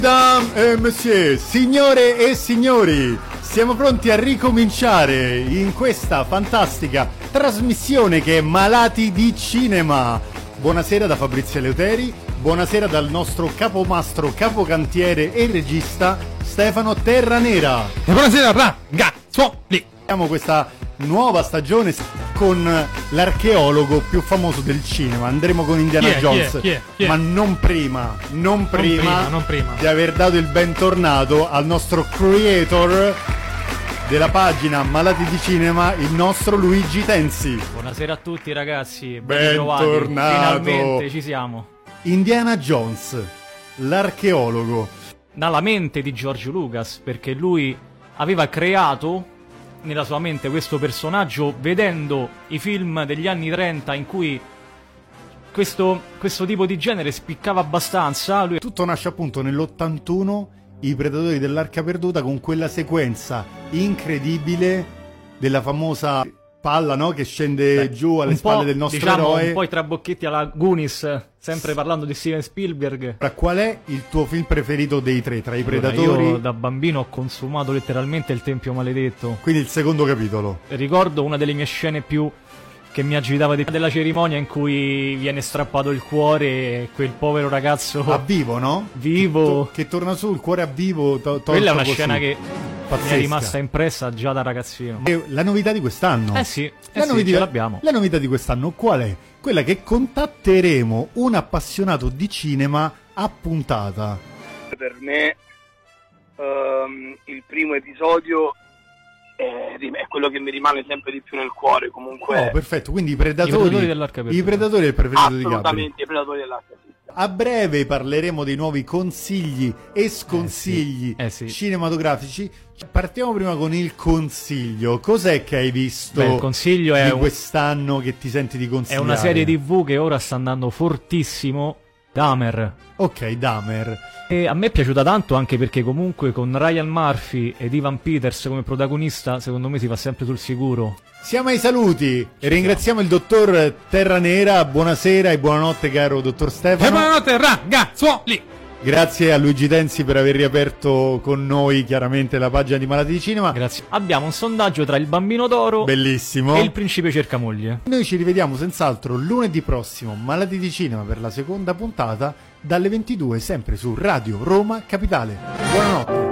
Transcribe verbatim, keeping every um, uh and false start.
Mesdames et messieurs, signore e signori, siamo pronti a ricominciare in questa fantastica trasmissione che è Malati di Cinema. Buonasera da Fabrizio Eleuteri, buonasera dal nostro capomastro, capocantiere e regista Stefano Terranera. E buonasera ragazzuoli. Abbiamo questa nuova stagione con l'archeologo più famoso del cinema. Andremo con Indiana Chi è, Jones, chi è, chi è, chi è? ma non prima, non prima, prima, non prima. di aver dato il bentornato al nostro creator della pagina Malati di Cinema, il nostro Luigi Tensi. Buonasera a tutti ragazzi, ben ritrovati. Bentornato. Finalmente ci siamo. Indiana Jones, l'archeologo. Dalla mente di George Lucas, perché lui aveva creato nella sua mente questo personaggio vedendo i film degli anni trenta in cui questo, questo tipo di genere spiccava abbastanza. Lui... Tutto nasce appunto nell'ottantuno, I Predatori dell'Arca Perduta, con quella sequenza incredibile della famosa palla, no? Che scende Beh, giù alle spalle del nostro diciamo, eroe. un po' i trabocchetti alla Goonies, sempre parlando di Steven Spielberg. Ora, qual è il tuo film preferito dei tre, tra i Allora, Predatori? io da bambino ho consumato letteralmente il Tempio Maledetto. Quindi il secondo capitolo. Ricordo una delle mie scene più che mi agitava di della cerimonia in cui viene strappato il cuore e quel povero ragazzo A vivo, no? vivo. Che torna su, il cuore a vivo. To- tolto Quella è una così. scena che Pazzesca. mi è rimasta impressa già da ragazzino. E la novità di quest'anno? Eh sì, eh La, sì, novità, ce l'abbiamo. la novità di quest'anno qual è? Quella che contatteremo un appassionato di cinema a puntata. Per me ehm, il primo episodio è, è quello che mi rimane sempre di più nel cuore. Comunque Oh, perfetto, quindi i Predatori, I Predatori dell'Arca Perduta. I Predatori è il preferito di Gabri. assolutamente i Predatori dell'Arca Perduta. A breve parleremo dei nuovi consigli e sconsigli Eh sì, eh sì. cinematografici. Partiamo prima con il consiglio. Cos'è che hai visto Beh, il consiglio è di un- quest'anno che ti senti di È consigliare? una serie tivù che ora sta andando fortissimo, Dahmer. Ok, Dahmer. E a me è piaciuta tanto anche perché comunque con Ryan Murphy ed Ivan Peters come protagonista, secondo me si va sempre sul sicuro. Siamo ai saluti e ringraziamo il dottor Terranera. Buonasera e buonanotte caro dottor E Stefano. buonanotte ragazzuoli. Grazie a Luigi Tensi per aver riaperto con noi chiaramente la pagina di Malati di Cinema. Grazie. Abbiamo un sondaggio tra il Bambino d'Oro Bellissimo. e il Principe cerca moglie. Noi ci rivediamo senz'altro lunedì prossimo, Malati di Cinema, per la seconda puntata, dalle ventidue, sempre su Radio Roma Capitale. Buonanotte.